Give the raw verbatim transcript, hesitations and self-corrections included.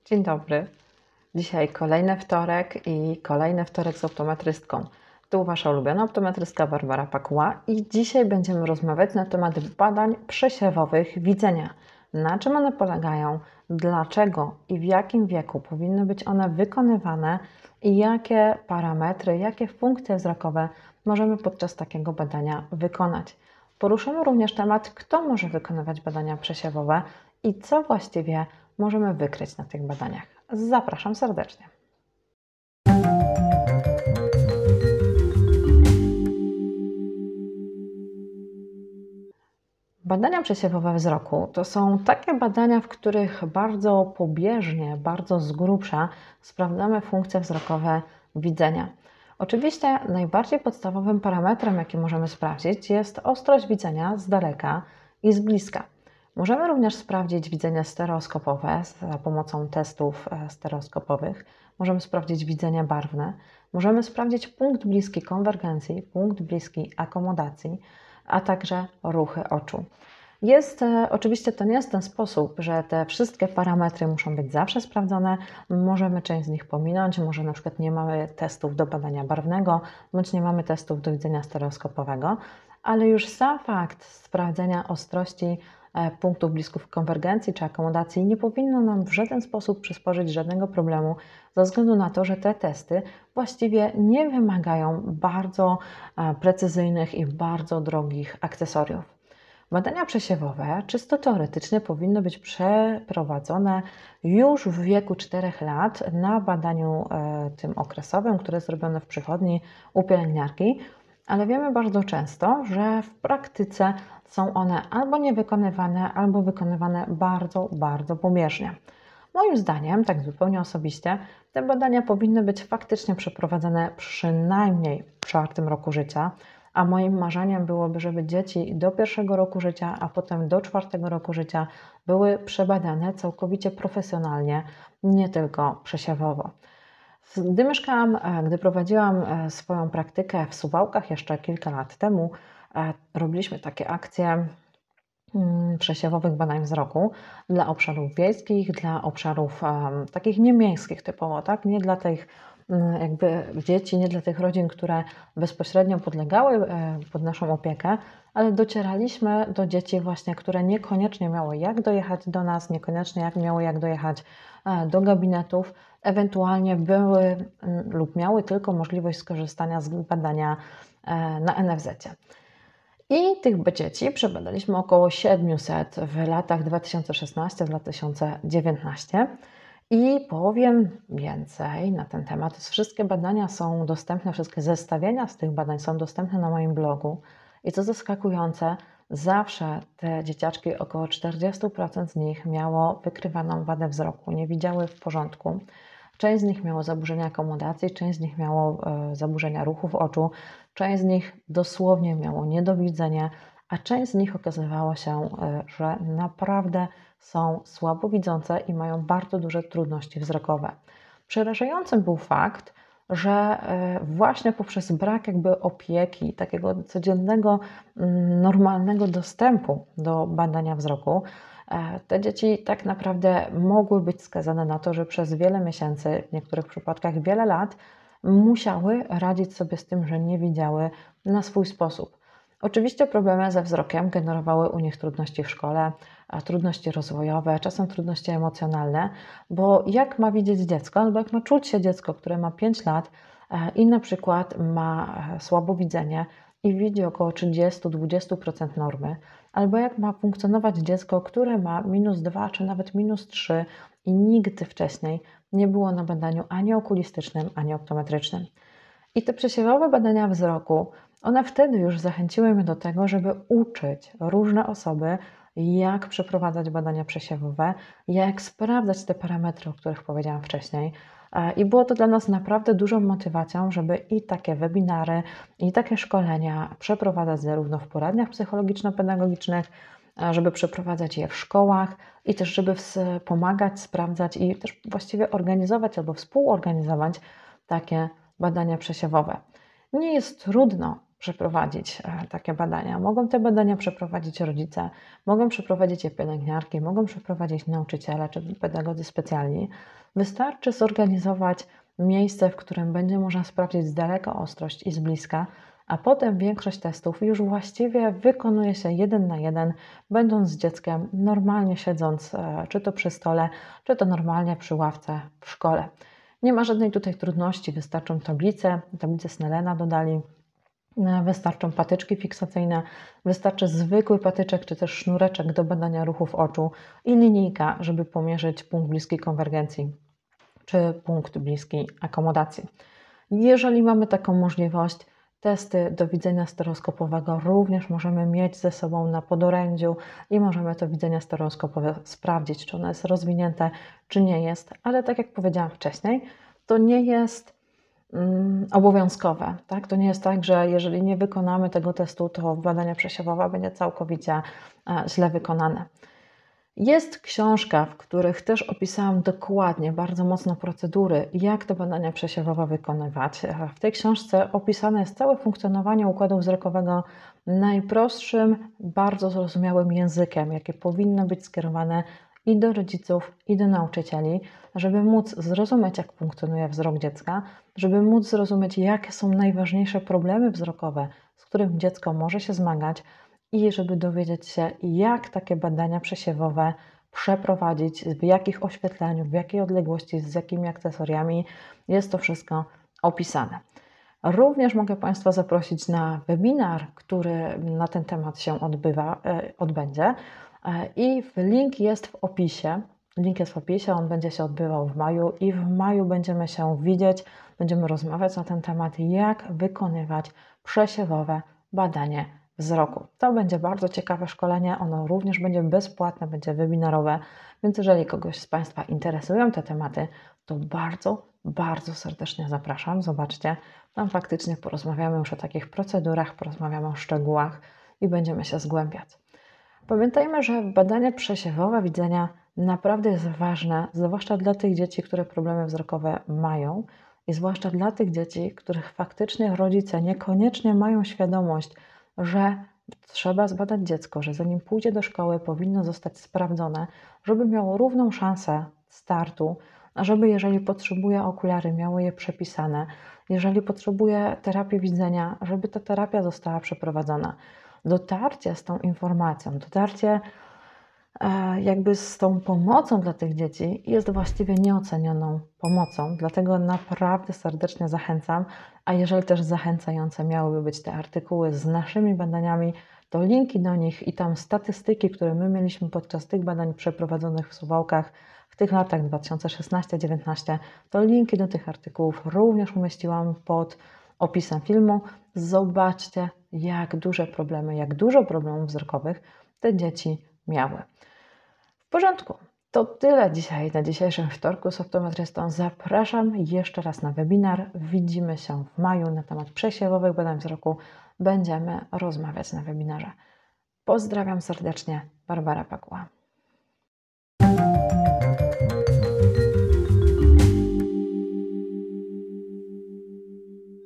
Dzień dobry. Dzisiaj kolejny wtorek i kolejny wtorek z optometrystką. Tu Wasza ulubiona optometrystka Barbara Pakuła i dzisiaj będziemy rozmawiać na temat badań przesiewowych widzenia. Na czym one polegają, dlaczego i w jakim wieku powinny być one wykonywane i jakie parametry, jakie funkcje wzrokowe możemy podczas takiego badania wykonać. Poruszymy również temat, kto może wykonywać badania przesiewowe i co właściwie możemy wykryć na tych badaniach. Zapraszam serdecznie. Badania przesiewowe wzroku to są takie badania, w których bardzo pobieżnie, bardzo z grubsza sprawdzamy funkcje wzrokowe widzenia. Oczywiście najbardziej podstawowym parametrem, jaki możemy sprawdzić, jest ostrość widzenia z daleka i z bliska. Możemy również sprawdzić widzenie stereoskopowe za pomocą testów stereoskopowych. Możemy sprawdzić widzenie barwne. Możemy sprawdzić punkt bliski konwergencji, punkt bliski akomodacji, a także ruchy oczu. Jest, oczywiście to nie jest ten sposób, że te wszystkie parametry muszą być zawsze sprawdzone. Możemy część z nich pominąć, może na przykład nie mamy testów do badania barwnego, bądź nie mamy testów do widzenia stereoskopowego, ale już sam fakt sprawdzenia ostrości punktów blisków konwergencji czy akomodacji nie powinno nam w żaden sposób przysporzyć żadnego problemu, ze względu na to, że te testy właściwie nie wymagają bardzo precyzyjnych i bardzo drogich akcesoriów. Badania przesiewowe czysto teoretycznie powinny być przeprowadzone już w wieku czterech lat na badaniu tym okresowym, które jest robione w przychodni u pielęgniarki, ale wiemy bardzo często, że w praktyce są one albo niewykonywane, albo wykonywane bardzo, bardzo pobieżnie. Moim zdaniem, tak zupełnie osobiście, te badania powinny być faktycznie przeprowadzane przynajmniej w czwartym roku życia, a moim marzeniem byłoby, żeby dzieci do pierwszego roku życia, a potem do czwartego roku życia były przebadane całkowicie profesjonalnie, nie tylko przesiewowo. Gdy mieszkałam, gdy prowadziłam swoją praktykę w Suwałkach jeszcze kilka lat temu, robiliśmy takie akcje przesiewowych badań wzroku dla obszarów wiejskich, dla obszarów um, takich niemiejskich typowo, tak? Nie dla tych um, jakby dzieci, nie dla tych rodzin, które bezpośrednio podlegały um, pod naszą opiekę, ale docieraliśmy do dzieci właśnie, które niekoniecznie miały jak dojechać do nas, niekoniecznie jak miały jak dojechać um, do gabinetów, ewentualnie były um, lub miały tylko możliwość skorzystania z badania um, na en ef zecie. I tych dzieci przebadaliśmy około siedemset w latach dwa tysiące szesnastym do dwa tysiące dziewiętnastego i powiem więcej na ten temat. Wszystkie badania są dostępne, wszystkie zestawienia z tych badań są dostępne na moim blogu i co zaskakujące, zawsze te dzieciaczki, około czterdzieści procent z nich miało wykrywaną wadę wzroku, nie widziały w porządku. Część z nich miało zaburzenia akomodacji, część z nich miało e, zaburzenia ruchów oczu, część z nich dosłownie miało niedowidzenie, a część z nich okazywało się, e, że naprawdę są słabowidzące i mają bardzo duże trudności wzrokowe. Przerażającym był fakt, że e, właśnie poprzez brak jakby opieki, takiego codziennego, m, normalnego dostępu do badania wzroku, te dzieci tak naprawdę mogły być skazane na to, że przez wiele miesięcy, w niektórych przypadkach wiele lat, musiały radzić sobie z tym, że nie widziały na swój sposób. Oczywiście problemy ze wzrokiem generowały u nich trudności w szkole, trudności rozwojowe, czasem trudności emocjonalne, bo jak ma widzieć dziecko, albo jak ma czuć się dziecko, które ma pięć lat i na przykład ma słabowidzenie i widzi około trzydzieści do dwudziestu procent normy, albo jak ma funkcjonować dziecko, które ma minus dwa czy nawet minus trzy i nigdy wcześniej nie było na badaniu ani okulistycznym, ani optometrycznym. I te przesiewowe badania wzroku, one wtedy już zachęciły mnie do tego, żeby uczyć różne osoby, jak przeprowadzać badania przesiewowe, jak sprawdzać te parametry, o których powiedziałam wcześniej. I było to dla nas naprawdę dużą motywacją, żeby i takie webinary, i takie szkolenia przeprowadzać zarówno w poradniach psychologiczno-pedagogicznych, żeby przeprowadzać je w szkołach i też żeby pomagać, sprawdzać i też właściwie organizować albo współorganizować takie badania przesiewowe. Nie jest trudno przeprowadzić e, takie badania. Mogą te badania przeprowadzić rodzice, mogą przeprowadzić je pielęgniarki, mogą przeprowadzić nauczyciele czy pedagodzy specjalni. Wystarczy zorganizować miejsce, w którym będzie można sprawdzić z daleka ostrość i z bliska, a potem większość testów już właściwie wykonuje się jeden na jeden, będąc z dzieckiem, normalnie siedząc, e, czy to przy stole, czy to normalnie przy ławce w szkole. Nie ma żadnej tutaj trudności, wystarczą tablice, tablice Snellena dodali, e, wystarczą patyczki fiksacyjne, wystarczy zwykły patyczek czy też sznureczek do badania ruchów oczu i linijka, żeby pomierzyć punkt bliskiej konwergencji czy punkt bliskiej akomodacji. Jeżeli mamy taką możliwość, testy do widzenia stereoskopowego również możemy mieć ze sobą na podorędziu i możemy to widzenie stereoskopowe sprawdzić, czy ono jest rozwinięte, czy nie jest, ale tak jak powiedziałam wcześniej, to nie jest mm, obowiązkowe. Tak? To nie jest tak, że jeżeli nie wykonamy tego testu, to badanie przesiewowe będzie całkowicie e, źle wykonane. Jest książka, w których też opisałam dokładnie, bardzo mocno procedury, jak te badania przesiewowe wykonywać. W tej książce opisane jest całe funkcjonowanie układu wzrokowego najprostszym, bardzo zrozumiałym językiem, jakie powinno być skierowane i do rodziców, i do nauczycieli, żeby móc zrozumieć, jak funkcjonuje wzrok dziecka, żeby móc zrozumieć, jakie są najważniejsze problemy wzrokowe, z którymi dziecko może się zmagać, i żeby dowiedzieć się, jak takie badania przesiewowe przeprowadzić, w jakich oświetleniu, w jakiej odległości, z jakimi akcesoriami. Jest to wszystko opisane. Również mogę Państwa zaprosić na webinar, który na ten temat się odbywa, odbędzie i link jest w opisie. Link jest w opisie, on będzie się odbywał w maju i w maju będziemy się widzieć, będziemy rozmawiać na ten temat, jak wykonywać przesiewowe badanie wzroku. To będzie bardzo ciekawe szkolenie, ono również będzie bezpłatne, będzie webinarowe, więc jeżeli kogoś z Państwa interesują te tematy, to bardzo, bardzo serdecznie zapraszam. Zobaczcie, tam faktycznie porozmawiamy już o takich procedurach, porozmawiamy o szczegółach i będziemy się zgłębiać. Pamiętajmy, że badanie przesiewowe widzenia naprawdę jest ważne, zwłaszcza dla tych dzieci, które problemy wzrokowe mają i zwłaszcza dla tych dzieci, których faktycznie rodzice niekoniecznie mają świadomość, że trzeba zbadać dziecko, że zanim pójdzie do szkoły, powinno zostać sprawdzone, żeby miało równą szansę startu, a żeby jeżeli potrzebuje okulary, miało je przepisane, jeżeli potrzebuje terapii widzenia, żeby ta terapia została przeprowadzona. Dotarcie z tą informacją, dotarcie e, jakby z tą pomocą dla tych dzieci jest właściwie nieocenioną pomocą, dlatego naprawdę serdecznie zachęcam, a jeżeli też zachęcające miałyby być te artykuły z naszymi badaniami, to linki do nich i tam statystyki, które my mieliśmy podczas tych badań przeprowadzonych w Suwałkach w tych latach dwa tysiące szesnaście dwa tysiące dziewiętnaście, to linki do tych artykułów również umieściłam pod opisem filmu. Zobaczcie, jak duże problemy, jak dużo problemów wzrokowych te dzieci miały. W porządku. To tyle dzisiaj na dzisiejszym wtorku z optometrystą. Zapraszam jeszcze raz na webinar. Widzimy się w maju na temat przesiewowych badań wzroku. Będziemy rozmawiać na webinarze. Pozdrawiam serdecznie, Barbara Pakła.